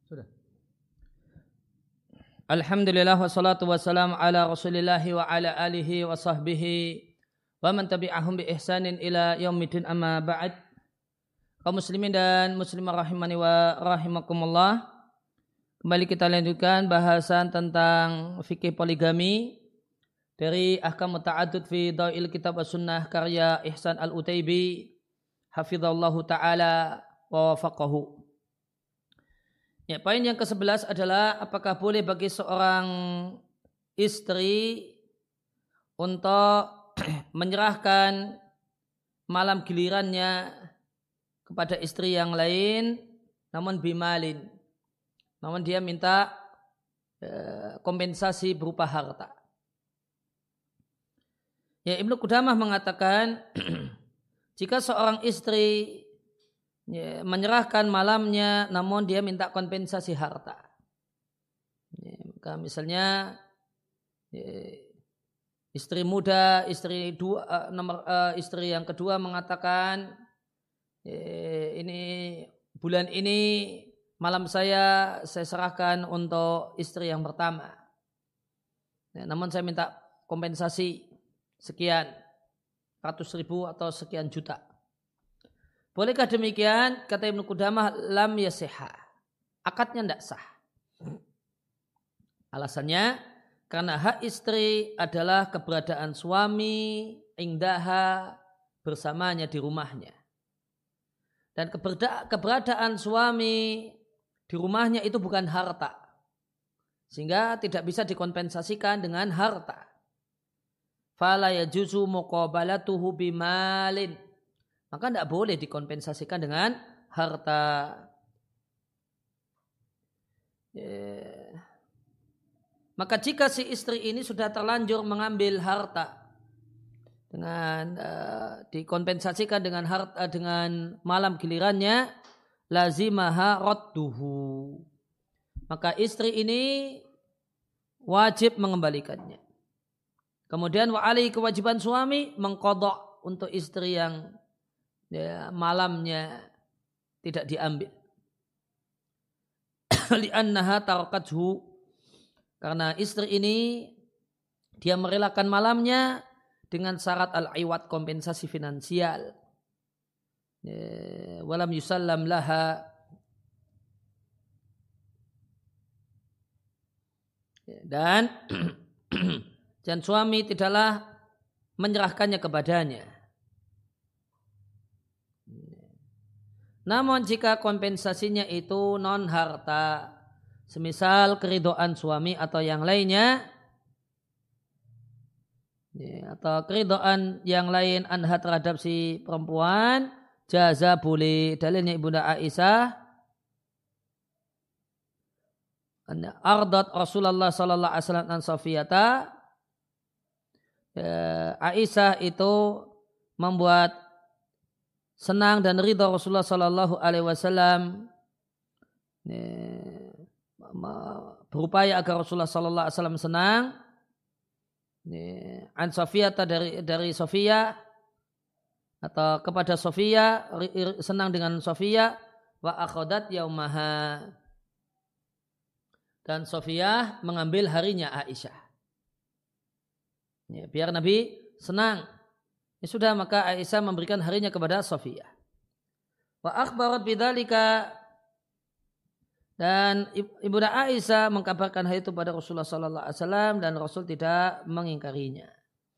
Sudah. Alhamdulillah wassalatu wassalamu ala rasulillahi wa ala alihi wa sahbihi wa man tabi'ahum bi ihsanin ila yaumiddin amma ba'd. Kaum muslimin dan muslimah rahimani wa rahimakumullah. Kembali kita lanjutkan bahasan tentang fikih poligami dari Ahkam Ta'addud fi Dhawil Kitab wa Sunnah karya Ihsan Al-Utaibi hafizallahu ta'ala wa wafaqahu. Ya, poin yang ke-11 adalah apakah boleh bagi seorang istri untuk menyerahkan malam gilirannya kepada istri yang lain namun bimalin. Namun dia minta kompensasi berupa harta. Ya, Ibnu Qudamah mengatakan jika seorang istri menyerahkan malamnya namun dia minta kompensasi harta. Maka misalnya istri muda, istri yang kedua mengatakan ini bulan ini malam saya serahkan untuk istri yang pertama. Namun saya minta kompensasi sekian ratus ribu atau sekian juta. Bolehkah demikian? Kata Ibnu Qudamah, lam yasihha. Akadnya tidak sah. Alasannya, karena hak istri adalah keberadaan suami indaha bersamanya di rumahnya. Dan keberadaan suami di rumahnya itu bukan harta. Sehingga tidak bisa dikompensasikan dengan harta. Fala yajuzu muqabalatuhu bimalin. Maka tidak boleh dikompensasikan dengan harta. Maka jika si istri ini sudah terlanjur mengambil harta dengan dikompensasikan dengan harta dengan malam gilirannya, lazimaha radduhu. Maka istri ini wajib mengembalikannya. Kemudian wa alaihi kewajiban suami mengqadha untuk istri yang malamnya tidak diambil. Li'annaha tarakathu, karena istri ini dia merelakan malamnya dengan syarat al-iwad, kompensasi finansial. Walam yusallam laha, dan suami tidaklah menyerahkannya kepadanya. Namun jika kompensasinya itu non harta, semisal keridhaan suami atau yang lainnya, atau keridhaan yang lain anha terhadap si perempuan, jaza boleh. Dalilnya Ibunda Aisyah, ardat Rasulullah sallallahu alaihi wasallam an Safiyata. Aisyah itu membuat senang dan ridha Rasulullah sallallahu alaihi wasallam, berupaya agar Rasulullah sallallahu alaihi wasallam senang an Safiyata dari Safiyah atau kepada Safiyah, senang dengan Safiyah, wa akhadat yaumaha, dan Safiyah mengambil harinya Aisyah. Biar Nabi senang. Ya sudah, maka Aisyah memberikan harinya kepada Safiyah. Wa akhbarat bidzalika, dan Ibunda Aisyah mengkabarkan hal itu pada Rasulullah sallallahu alaihi wasallam dan Rasul tidak mengingkarinya.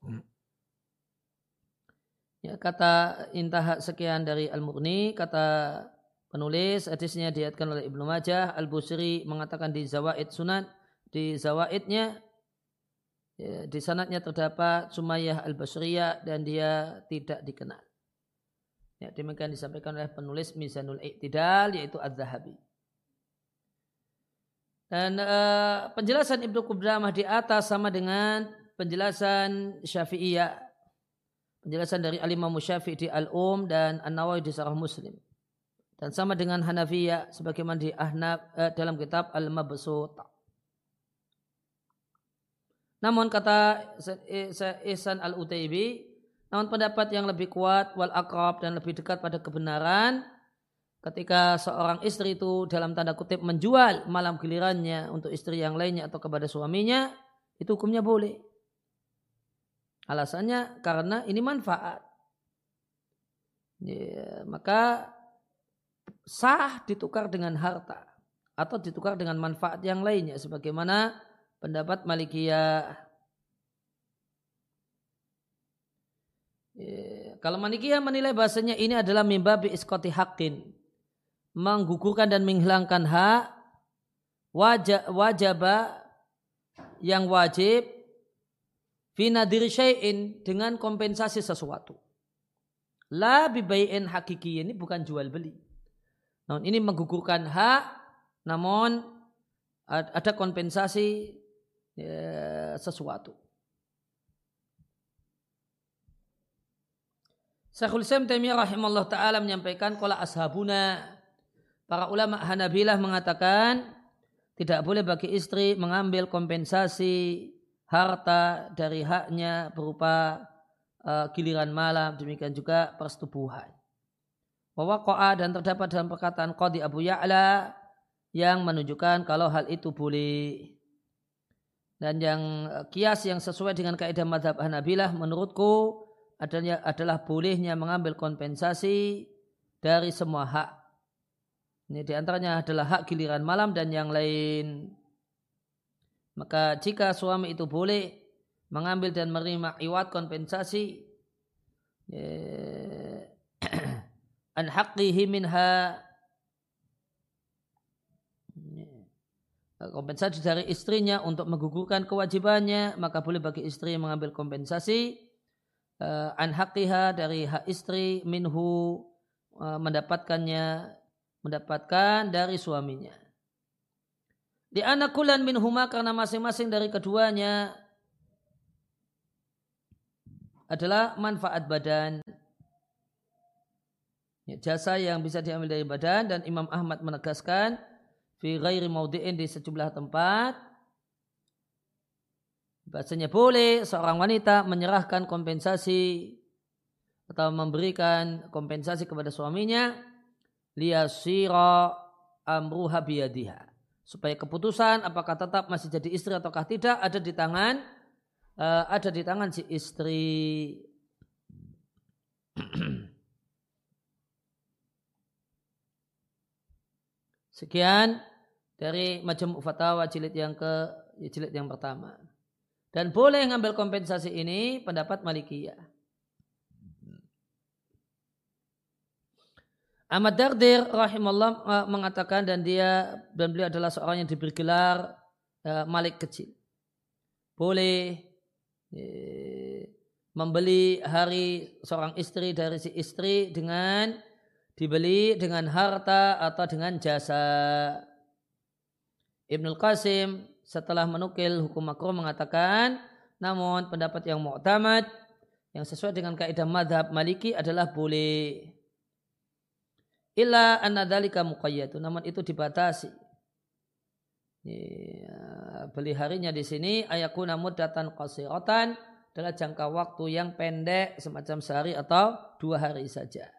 Ya, kata intah sekian dari Al-Mughni, kata penulis hadisnya diriwayatkan oleh Ibnu Majah. Al-Busiri mengatakan di Zawaid Sunan, di Zawaidnya, di sanadnya terdapat Sumayyah Al-Basriyah dan dia tidak dikenal. Ya, demikian disampaikan oleh penulis Mizanul I'tidal, yaitu Az-Zahabi. Dan penjelasan Ibnu Qudamah di atas sama dengan penjelasan Syafi'iyah, penjelasan dari Al-Imam Syafi'i di Al-Um dan An-Nawawi di Syarah Muslim, dan sama dengan Hanafiyah sebagaimana di Ahnaf dalam kitab Al-Mabsut. Namun kata Ihsan Al-Utaibi, namun pendapat yang lebih kuat wal aqrab dan lebih dekat pada kebenaran ketika seorang istri itu dalam tanda kutip menjual malam gilirannya untuk istri yang lainnya atau kepada suaminya, itu hukumnya boleh. Alasannya karena ini manfaat. Ya, maka sah ditukar dengan harta atau ditukar dengan manfaat yang lainnya sebagaimana pendapat Malikiyah. Kalau Malikiyah menilai bahasanya ini adalah mimbabi isqati haqqin, menggugurkan dan menghilangkan hak, wajaba yang wajib fi nadhiri syai'in, dengan kompensasi sesuatu. La bibai'in hakiki, ini bukan jual beli. Namun ini menggugurkan hak, namun ada kompensasi sesuatu. Syekhul Islam Taimiyah rahimahullah ta'ala menyampaikan qala ashabuna, para ulama Hanabilah mengatakan tidak boleh bagi istri mengambil kompensasi harta dari haknya berupa giliran malam, demikian juga persetubuhan. Wa waqa'a, dan terdapat dalam perkataan Qadhi Abu Ya'la yang menunjukkan kalau hal itu boleh. Dan yang kias yang sesuai dengan kaidah mazhab Hanabilah menurutku adalah bolehnya mengambil kompensasi dari semua hak. Ini diantaranya adalah hak giliran malam dan yang lain. Maka jika suami itu boleh mengambil dan menerima iwat kompensasi an haqqihi minha, kompensasi dari istrinya untuk menggugurkan kewajibannya, maka boleh bagi istri mengambil kompensasi an haqqiha, dari hak istri, minhu, mendapatkan dari suaminya. Di anakulan minhuma, karena masing-masing dari keduanya adalah manfaat badan, jasa yang bisa diambil dari badan. Dan Imam Ahmad menegaskan fi ghairi maudi'in, di sejumlah tempat, bahasanya boleh seorang wanita menyerahkan kompensasi atau memberikan kompensasi kepada suaminya liyasira amruha biyadiha, supaya keputusan apakah tetap masih jadi istri ataukah tidak ada di tangan si istri. Sekian dari Majmu' Fatawa jilid yang pertama. Dan boleh ngambil kompensasi ini pendapat Malikiyah. Ahmad Dardir rahimahullah mengatakan, dan beliau adalah seorang yang diberi gelar Malik kecil. Boleh membeli hari seorang istri dari si istri dengan dibeli dengan harta atau dengan jasa. Ibnul Qasim setelah menukil hukum makruh mengatakan, namun pendapat yang mu'tamad yang sesuai dengan kaidah mazhab Maliki adalah boleh. Illa anna dzalika muqayyad, namun itu dibatasi. Beli harinya di sini ayakuna muddatan qasiratan, adalah jangka waktu yang pendek semacam sehari atau 2 hari saja.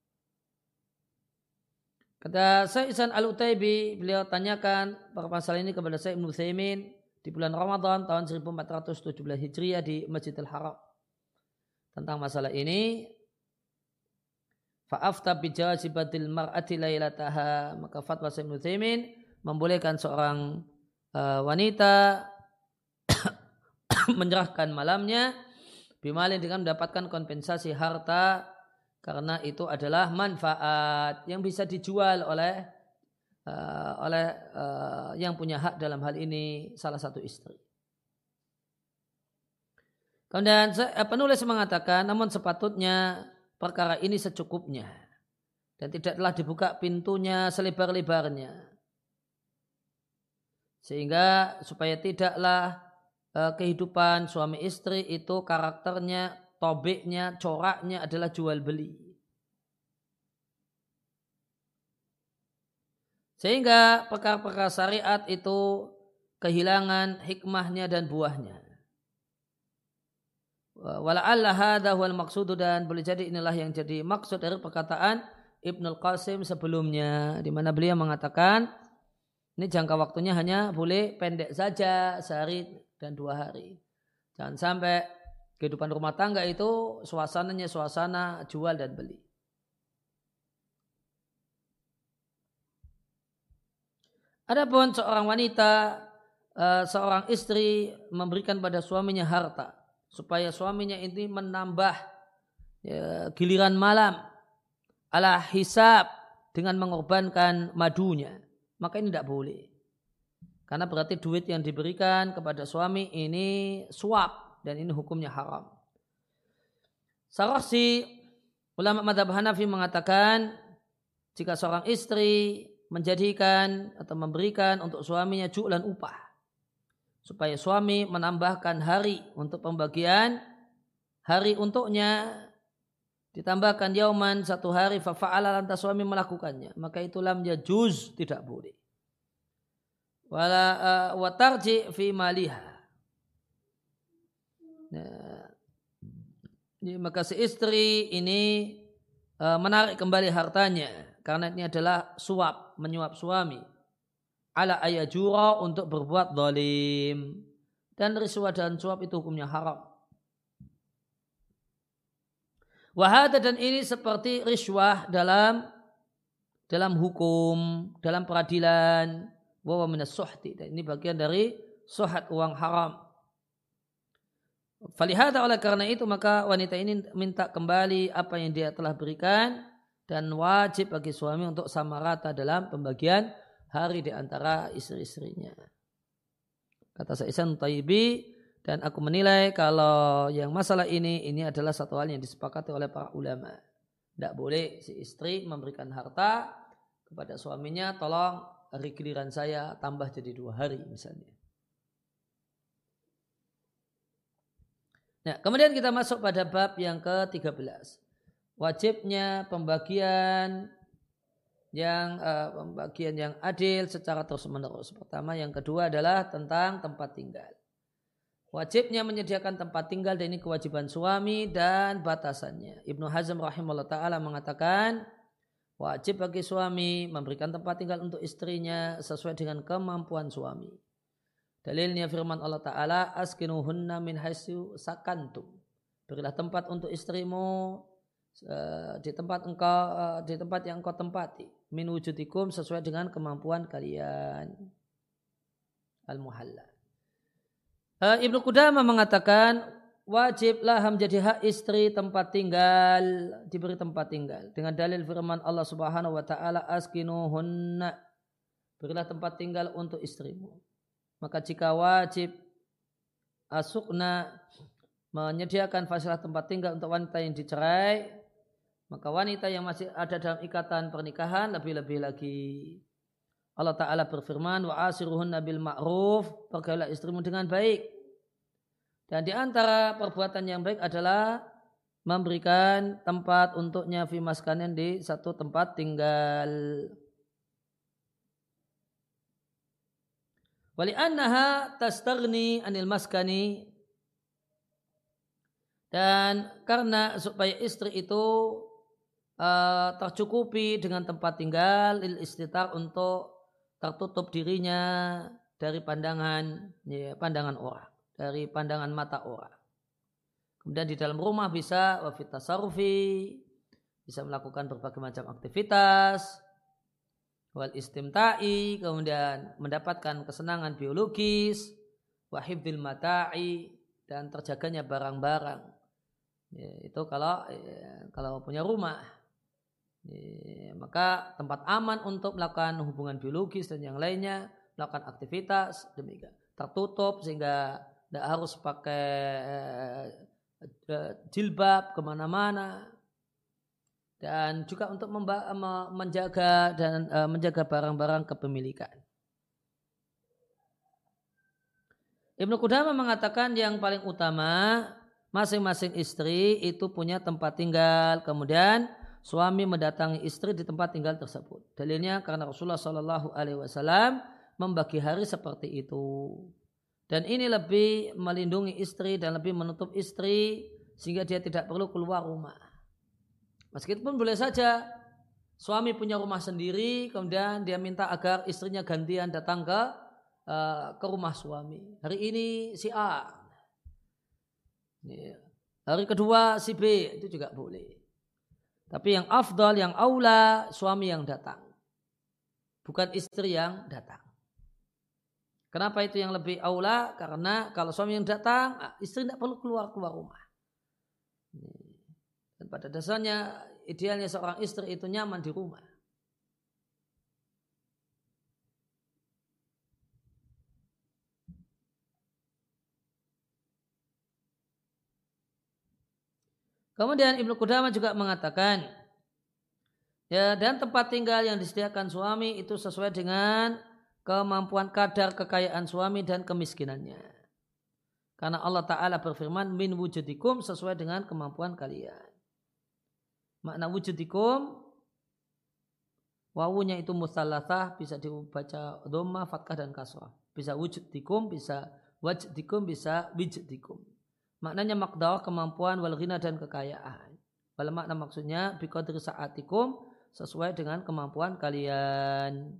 Kata Syekh Ihsan Al-Utaibi, beliau tanyakan masalah ini kepada Syekh Ibnu Utsaimin di bulan Ramadan tahun 1417 Hijriah di Masjidil Haram tentang masalah ini. Fa'afta bijawazibatil mar'ati lailataha, maka fatwa Syekh Ibnu Utsaimin membolehkan seorang wanita menyerahkan malamnya bimalin, dengan mendapatkan kompensasi harta, karena itu adalah manfaat yang bisa dijual oleh yang punya hak dalam hal ini salah satu istri. Kemudian penulis mengatakan, namun sepatutnya perkara ini secukupnya dan tidaklah dibuka pintunya selebar-lebarnya, sehingga supaya tidaklah kehidupan suami istri itu karakternya, tobeknya, coraknya adalah jual beli. Sehingga perkara-perkara syariat itu kehilangan hikmahnya dan buahnya. Wala'alla hadha huwal maqsudu, dan boleh jadi inilah yang jadi maksud dari perkataan Ibnul Qasim sebelumnya, di mana beliau mengatakan ini jangka waktunya hanya boleh pendek saja, sehari dan 2 hari. Jangan sampai kehidupan rumah tangga itu suasananya suasana jual dan beli. Adapun seorang wanita, seorang istri memberikan pada suaminya harta supaya suaminya ini menambah giliran malam ala hisab dengan mengorbankan madunya, maka ini tidak boleh. Karena berarti duit yang diberikan kepada suami ini suap dan ini hukumnya haram. Sarahsi, ulama mazhab Hanafi mengatakan jika seorang istri menjadikan atau memberikan untuk suaminya ju'lan upah supaya suami menambahkan hari untuk pembagian hari untuknya, ditambahkan yauman 1 hari, fa'ala lantas suami melakukannya, maka itu lam yajuz, tidak boleh. Wala wa tarji fi maliha. Maka si istri ini menarik kembali hartanya karena ini adalah suap, menyuap suami. Ala ayajura, untuk berbuat zalim. Dan risuah dan suap itu hukumnya haram. Wahada, dan ini seperti riswah dalam hukum, dalam peradilan. Wa minas suhti, dan ini bagian dari suhat, uang haram. Falihada, oleh karena itu maka wanita ini minta kembali apa yang dia telah berikan dan wajib bagi suami untuk sama rata dalam pembagian hari di antara istri-istrinya. Kata Sa'id Thayyibi, dan aku menilai kalau yang masalah ini adalah satu hal yang disepakati oleh para ulama. Tidak boleh si istri memberikan harta kepada suaminya, tolong hari giliran saya tambah jadi 2 hari misalnya. Nah, kemudian kita masuk pada bab yang ke-13. Wajibnya pembagian yang adil secara terus-menerus. Pertama, yang kedua adalah tentang tempat tinggal. Wajibnya menyediakan tempat tinggal, dan ini kewajiban suami dan batasannya. Ibnu Hazm rahimahullah ta'ala mengatakan wajib bagi suami memberikan tempat tinggal untuk istrinya sesuai dengan kemampuan suami. Dalilnya firman Allah Ta'ala, askinuhunna min haitsu sakantum. Berilah tempat untuk istrimu di tempat yang engkau tempati. Min wujudikum, sesuai dengan kemampuan kalian. Al-Muhalla. Ibnu Qudamah mengatakan wajiblah menjadi hak istri tempat tinggal, diberi tempat tinggal. Dengan dalil firman Allah Subhanahu wa Ta'ala, askinuhunna. Berilah tempat tinggal untuk istrimu. Maka jika wajib asukna menyediakan fasilitas tempat tinggal untuk wanita yang dicerai, maka wanita yang masih ada dalam ikatan pernikahan lebih-lebih lagi. Allah Ta'ala berfirman, wa asiruhunna bil ma'ruf, pergaulilah istrimu dengan baik. Dan di antara perbuatan yang baik adalah memberikan tempat untuknya fi maskanin, di satu tempat tinggal. Wali annaha tastaghni anil maskani, dan karena supaya istri itu tercukupi dengan tempat tinggal, lil istitar, untuk tertutup dirinya dari pandangan orang, dari pandangan mata orang. Kemudian di dalam rumah bisa wafit tasarrufi, bisa melakukan berbagai macam aktivitas, wal istimta'i, kemudian mendapatkan kesenangan biologis, wa hifdzil mata'i, dan terjaganya barang-barang. Itu kalau punya rumah, maka tempat aman untuk melakukan hubungan biologis dan yang lainnya, melakukan aktivitas, demikian tertutup sehingga tidak harus pakai jilbab kemana-mana. Dan juga untuk menjaga barang-barang kepemilikan. Ibnu Qudamah mengatakan yang paling utama, masing-masing istri itu punya tempat tinggal, kemudian suami mendatangi istri di tempat tinggal tersebut. Dalilnya karena Rasulullah SAW membagi hari seperti itu. Dan ini lebih melindungi istri dan lebih menutup istri sehingga dia tidak perlu keluar rumah. Meskipun boleh saja suami punya rumah sendiri, kemudian dia minta agar istrinya gantian datang ke rumah suami. Hari ini si A, hari kedua si B, itu juga boleh. Tapi yang afdal, yang aula, suami yang datang, bukan istri yang datang. Kenapa itu yang lebih aula? Karena kalau suami yang datang, istri tidak perlu keluar rumah. Dan pada dasarnya idealnya seorang istri itu nyaman di rumah. Kemudian Ibnu Qudamah juga mengatakan, ya, dan tempat tinggal yang disediakan suami itu sesuai dengan kemampuan kadar kekayaan suami dan kemiskinannya. Karena Allah Ta'ala berfirman, min wujudikum, sesuai dengan kemampuan kalian. Makna wujudikum, wawunya itu mustallatsah, bisa dibaca dhammah, fathah dan kasrah. Bisa wujudikum, bisa wajdikum, bisa wijdikum. Maknanya maqdar, kemampuan, wal ghina dan kekayaan. Wal makna maksudnya biqadri sa'atikum, sesuai dengan kemampuan kalian.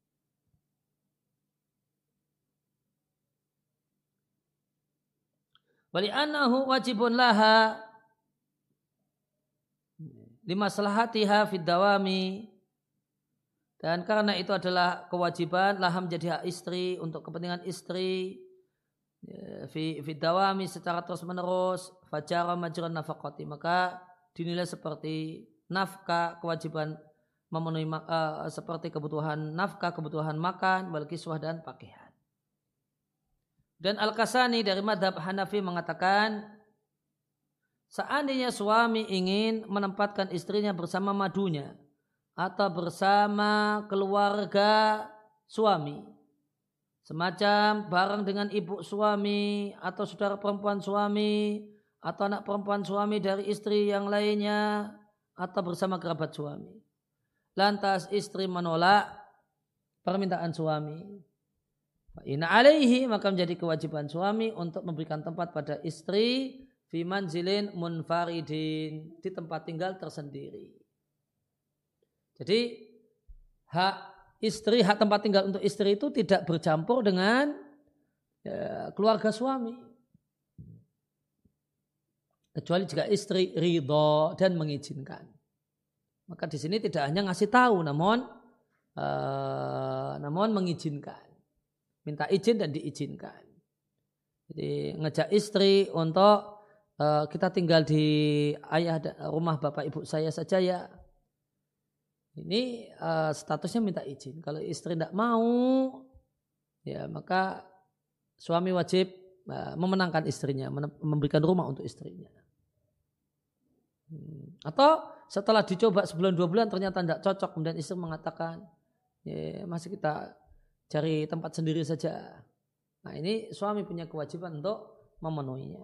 Wali'annahu wajibun laha limaslahatiha fid dawami, dan karena itu adalah kewajiban laha menjadi hak istri untuk kepentingan istri fid dawami secara terus menerus, fajara majran nafaqati, maka dinilai seperti nafkah, kewajiban memenuhi seperti kebutuhan nafkah, kebutuhan makan, wal kiswah dan pakaian. Dan Al-Kasani dari madhab Hanafi mengatakan, seandainya suami ingin menempatkan istrinya bersama madunya atau bersama keluarga suami, semacam bareng dengan ibu suami atau saudara perempuan suami atau anak perempuan suami dari istri yang lainnya atau bersama kerabat suami, lantas istri menolak permintaan suami, inna alaihi, maka menjadi kewajiban suami untuk memberikan tempat pada istri fi manzilin munfaridin, di tempat tinggal tersendiri. Jadi hak istri, hak tempat tinggal untuk istri itu tidak bercampur dengan keluarga suami, kecuali jika istri ridho dan mengizinkan. Maka di sini tidak hanya ngasih tahu, namun mengizinkan. Minta izin dan diizinkan. Jadi ngajak istri untuk kita tinggal di rumah bapak ibu saya saja ya. Ini statusnya minta izin. Kalau istri tidak mau, ya maka suami wajib memenangkan istrinya, memberikan rumah untuk istrinya. Atau setelah dicoba sebulan 2 bulan ternyata tidak cocok, kemudian istri mengatakan, ya masih kita cari tempat sendiri saja. Nah, ini suami punya kewajiban untuk memenuhinya.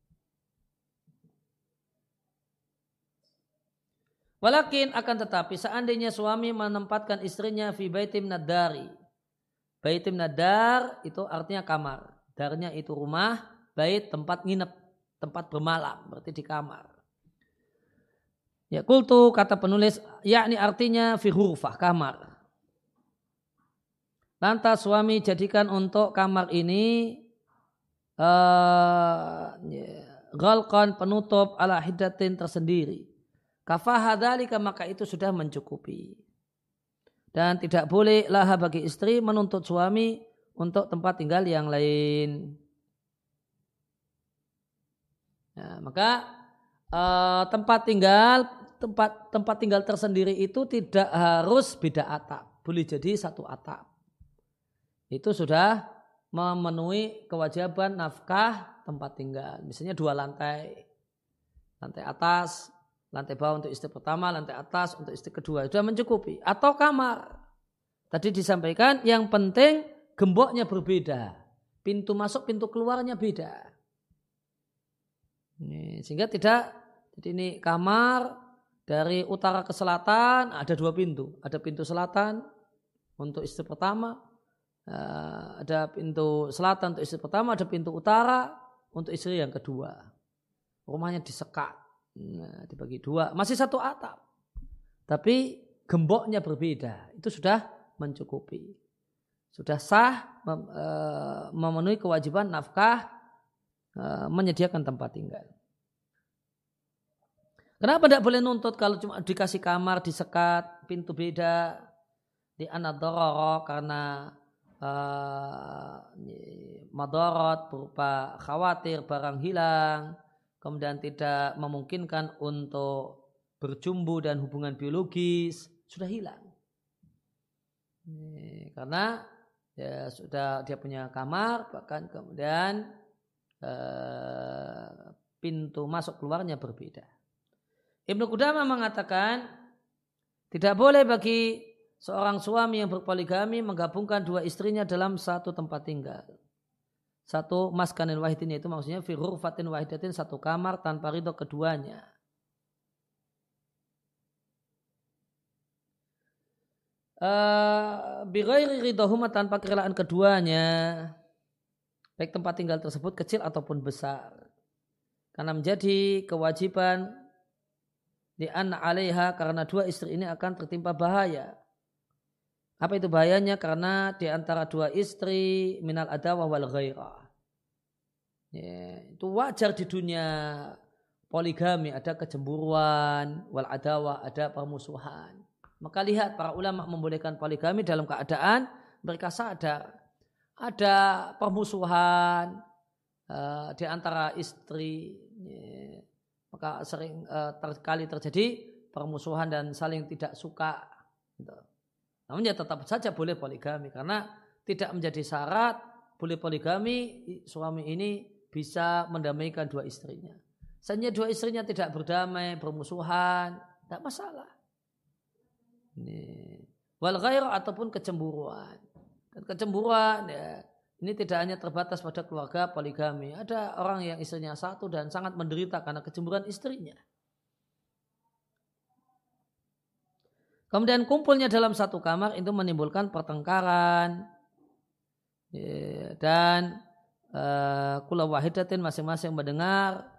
Walakin akan tetapi seandainya suami menempatkan istrinya fi baitim nadari. Baitim nadar itu artinya kamar. Darnya itu rumah, bait tempat nginep, tempat bermalam, berarti di kamar. Ya qultu, kata penulis, yakni artinya fi hurfah, kamar. Lantas suami jadikan untuk kamar ini ghalqan, penutup ala hiddatin tersendiri. Kafahadzalika, maka itu sudah mencukupi. Dan tidak boleh laha bagi istri menuntut suami untuk tempat tinggal yang lain. Nah, maka tempat tinggal tersendiri itu tidak harus beda atap, boleh jadi satu atap. Itu sudah memenuhi kewajiban nafkah tempat tinggal. Misalnya 2 lantai. Lantai atas, lantai bawah untuk istri pertama, lantai atas untuk istri kedua. Sudah mencukupi. Atau kamar. Tadi disampaikan yang penting gemboknya berbeda. Pintu masuk, pintu keluarnya beda. Sehingga tidak, jadi ini kamar dari utara ke selatan ada 2 pintu. Ada pintu selatan untuk istri pertama, ada pintu selatan untuk istri pertama, ada pintu utara untuk istri yang kedua. Rumahnya disekat, dibagi 2, masih satu atap. Tapi gemboknya berbeda, itu sudah mencukupi. Sudah sah memenuhi kewajiban nafkah, menyediakan tempat tinggal. Kenapa tidak boleh nuntut kalau cuma dikasih kamar, disekat, pintu beda, di anadororo karena madorot berupa khawatir barang hilang, kemudian tidak memungkinkan untuk berjumbu dan hubungan biologis, sudah hilang. Karena ya sudah dia punya kamar, bahkan kemudian pintu masuk keluarnya berbeda. Ibnu Qudamah mengatakan tidak boleh bagi seorang suami yang berpoligami menggabungkan dua istrinya dalam satu tempat tinggal. Satu maskanin wahidin, itu maksudnya fi ghurfatin wahidatin, satu kamar tanpa ridho keduanya. Bighairi ridhohuma, tanpa kerelaan keduanya, baik tempat tinggal tersebut kecil ataupun besar, karena menjadi kewajiban di anna 'alaiha, karena dua istri ini akan tertimpa bahaya. Apa itu bahayanya? Karena di antara dua istri minal adawah wal ghairah. Ya, itu wajar di dunia poligami, ada kecemburuan, wal adawah, ada permusuhan. Maka lihat para ulama membolehkan poligami dalam keadaan mereka sadar ada permusuhan di antara istri. Ya, maka sering terkali terjadi permusuhan dan saling tidak suka. Gitu. Namun ya tetap saja boleh poligami karena tidak menjadi syarat boleh poligami suami ini bisa mendamaikan dua istrinya. Seandainya dua istrinya tidak berdamai, bermusuhan, tidak masalah. Wal ghairah, ataupun kecemburuan. Dan kecemburuan ya, ini tidak hanya terbatas pada keluarga poligami. Ada orang yang istrinya satu dan sangat menderita karena kecemburuan istrinya. Kemudian kumpulnya dalam satu kamar itu menimbulkan pertengkaran dan kula wahidatin, masing-masing mendengar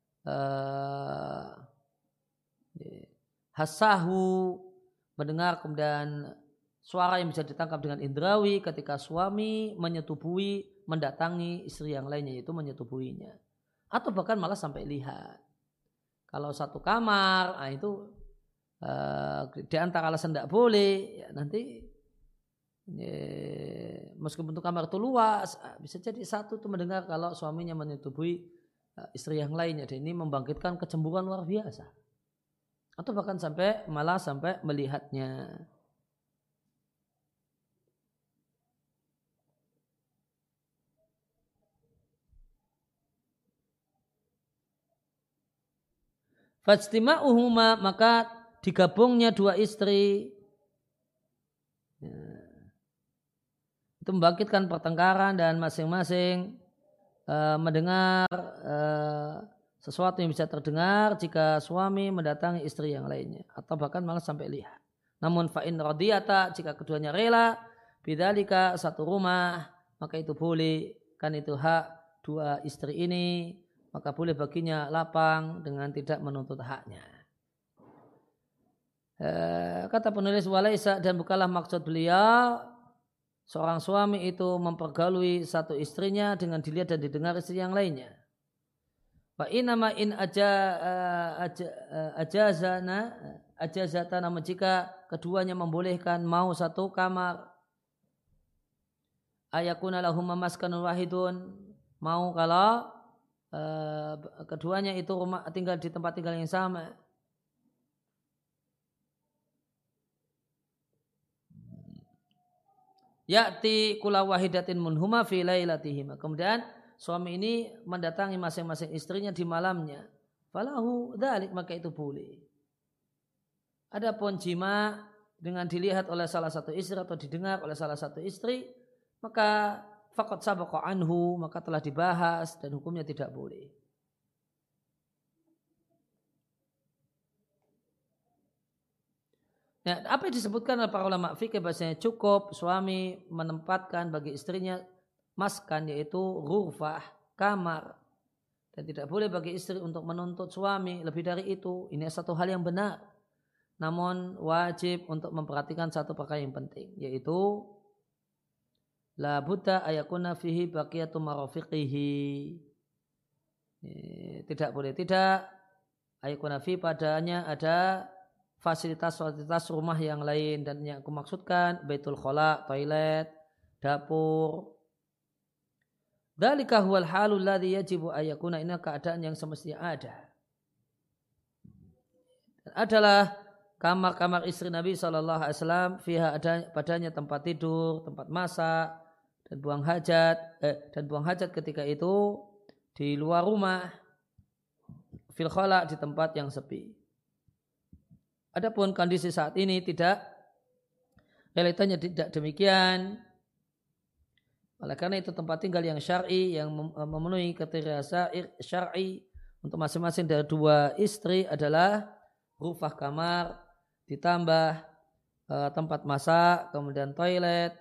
hasahu, mendengar kemudian suara yang bisa ditangkap dengan indrawi ketika suami menyetubui, mendatangi istri yang lainnya, itu menyetubuinya. Atau bahkan malah sampai lihat. Kalau satu kamar, nah itu di antara alasan tidak boleh, ya nanti meskipun itu kamar itu luas, bisa jadi satu itu mendengar kalau suaminya menyetubui istri yang lainnya, dan ini membangkitkan kecemburuan luar biasa. Atau bahkan malah sampai melihatnya. Fajtima'uhuma, maka digabungnya dua istri itu membangkitkan pertengkaran dan masing-masing mendengar sesuatu yang bisa terdengar jika suami mendatangi istri yang lainnya, atau bahkan malah sampai lihat. Namun fa'in radiyata, jika keduanya rela bidzalika, satu rumah, maka itu boleh, kan itu hak dua istri ini, maka boleh baginya lapang dengan tidak menuntut haknya. Kata penulis walaisa, dan bukanlah maksud beliau seorang suami itu mempergaului satu istrinya dengan dilihat dan didengar istri yang lainnya. Wa inama in ajazata, namun jika keduanya membolehkan mau satu kamar, ayakuna lahum maskanun wahidun, mau kalau keduanya itu rumah tinggal di tempat tinggal yang sama. Ya'ti kula wahidatin munhuma fi lailatihima, kemudian suami ini mendatangi masing-masing istrinya di malamnya. Falahu dzalik, maka itu boleh. Adapun jima dengan dilihat oleh salah satu istri atau didengar oleh salah satu istri, maka faqad sabaqa anhu, maka telah dibahas dan hukumnya tidak boleh. Nah, apa yang disebutkan oleh para ulama fikih bahasanya cukup suami menempatkan bagi istrinya maskan, yaitu ghurfah, kamar, dan tidak boleh bagi istri untuk menuntut suami lebih dari itu. Ini satu hal yang benar. namun wajib untuk memperhatikan satu perkara yang penting, yaitu la budda ayakuna fihi baqiyatu marafiqihi. Tidak boleh tidak ayakuna fi padanya ada fasilitas-fasilitas rumah yang lain, dan yang aku maksudkan baitul khala, toilet, dapur. Dzalika huwal halul ladzi yajibu ayakuna, ini keadaan yang semestinya ada. Dan adalah kamar-kamar istri Nabi SAW, fiha ada padanya tempat tidur, tempat masak, dan buang hajat ketika itu di luar rumah, fil khala, di tempat yang sepi. Adapun kondisi saat ini tidak, realitanya tidak demikian. Oleh karena itu tempat tinggal yang syar'i, yang memenuhi kriteria syar'i untuk masing-masing dari dua istri adalah rufah kamar ditambah tempat masak, kemudian toilet.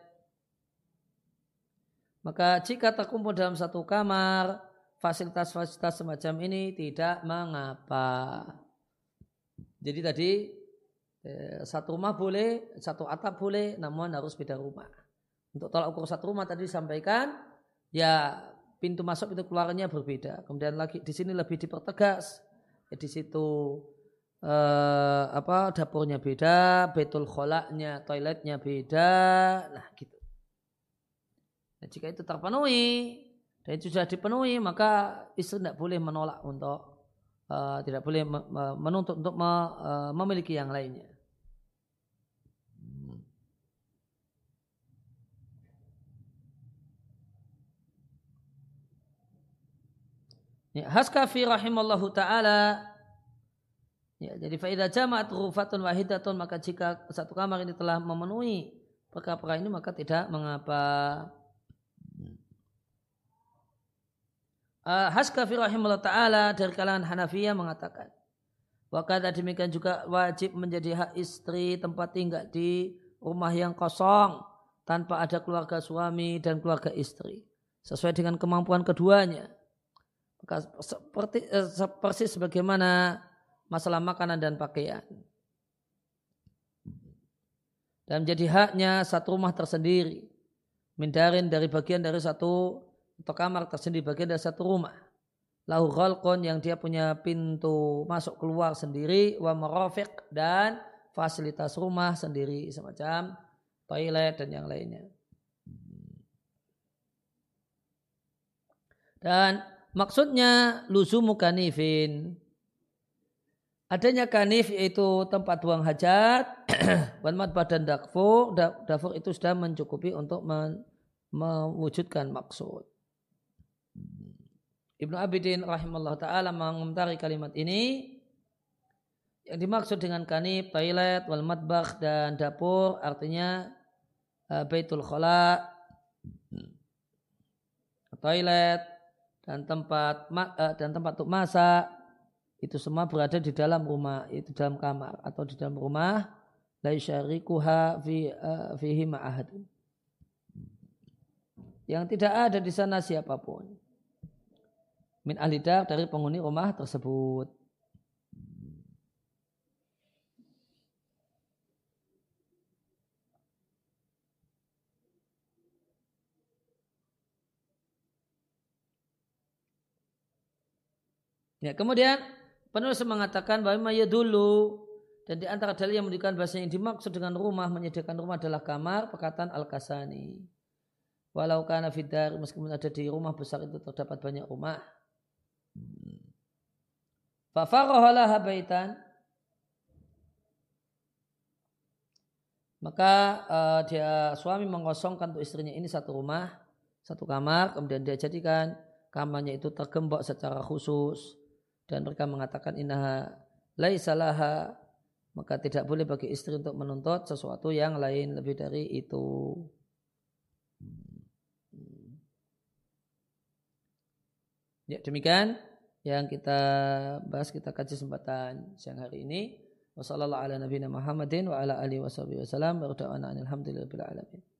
Maka jika terkumpul dalam satu kamar fasilitas-fasilitas semacam ini tidak mengapa. Jadi tadi satu rumah boleh, satu atap boleh, namun harus beda rumah. Untuk tolak ukur satu rumah tadi disampaikan, ya pintu masuk pintu keluarnya berbeda. Kemudian lagi di sini lebih dipertegas, ya, di situ dapurnya beda, baitul kholaknya, toiletnya beda, nah gitu. Nah, jika itu terpenuhi dan itu sudah dipenuhi, maka istri tidak boleh menolak untuk tidak boleh menuntut untuk memiliki yang lainnya. Ya, Haskafi rahimallahu ta'ala, ya, jadi fa'idah jama'at rufatun wahidatun, maka jika satu kamar ini telah memenuhi perkara-perkara ini maka tidak mengapa. Haskafi rahimahullah ta'ala dari kalangan Hanafiyah mengatakan, wakada demikian juga wajib menjadi hak istri tempat tinggal di rumah yang kosong tanpa ada keluarga suami dan keluarga istri, sesuai dengan kemampuan keduanya. Maka persis sebagaimana masalah makanan dan pakaian. Dan menjadi haknya satu rumah tersendiri, mindarin dari bagian dari satu atau kamar tersendiri, bagian dari satu rumah. Lahu ghalqun, yang dia punya pintu masuk keluar sendiri, wa marafiq, dan fasilitas rumah sendiri semacam toilet dan yang lainnya. Dan maksudnya luzumu kanifin, adanya kanif yaitu tempat buang hajat, wan matbah dan dafur itu sudah mencukupi untuk mewujudkan maksud. Ibnu Abidin rahimahullah ta'ala mengomentari kalimat ini. Yang dimaksud dengan kanif, toilet, wal matbah dan dapur artinya baitul khala, toilet dan tempat untuk masak, itu semua berada di dalam rumah, itu dalam kamar atau di dalam rumah, la yusyarikuha fihi ma'ahadun, yang tidak ada di sana siapapun min ahli dar, dari penghuni rumah tersebut. Ya, kemudian penulis mengatakan bahwa dulu, dan di antara dalil yang menunjukkan bahasa yang dimaksud dengan rumah, menyediakan rumah adalah kamar, perkataan Al-Kasani. Walau kana fidar, meskipun ada di rumah besar itu terdapat banyak rumah. Fafarahalaha baitan, maka dia suami mengosongkan untuk istrinya ini satu rumah, satu kamar, kemudian dia jadikan kamarnya itu tergembok secara khusus. Dan mereka mengatakan innaha laisalaha, maka tidak boleh bagi istri untuk menuntut sesuatu yang lain lebih dari itu. Ya, demikian yang kita bahas, kita kaji kesempatan siang hari ini. Wassallallahu ala nabiyina Muhammadin wa ala alihi wasallam. Wa rada'ana alhamdulillahil alamin.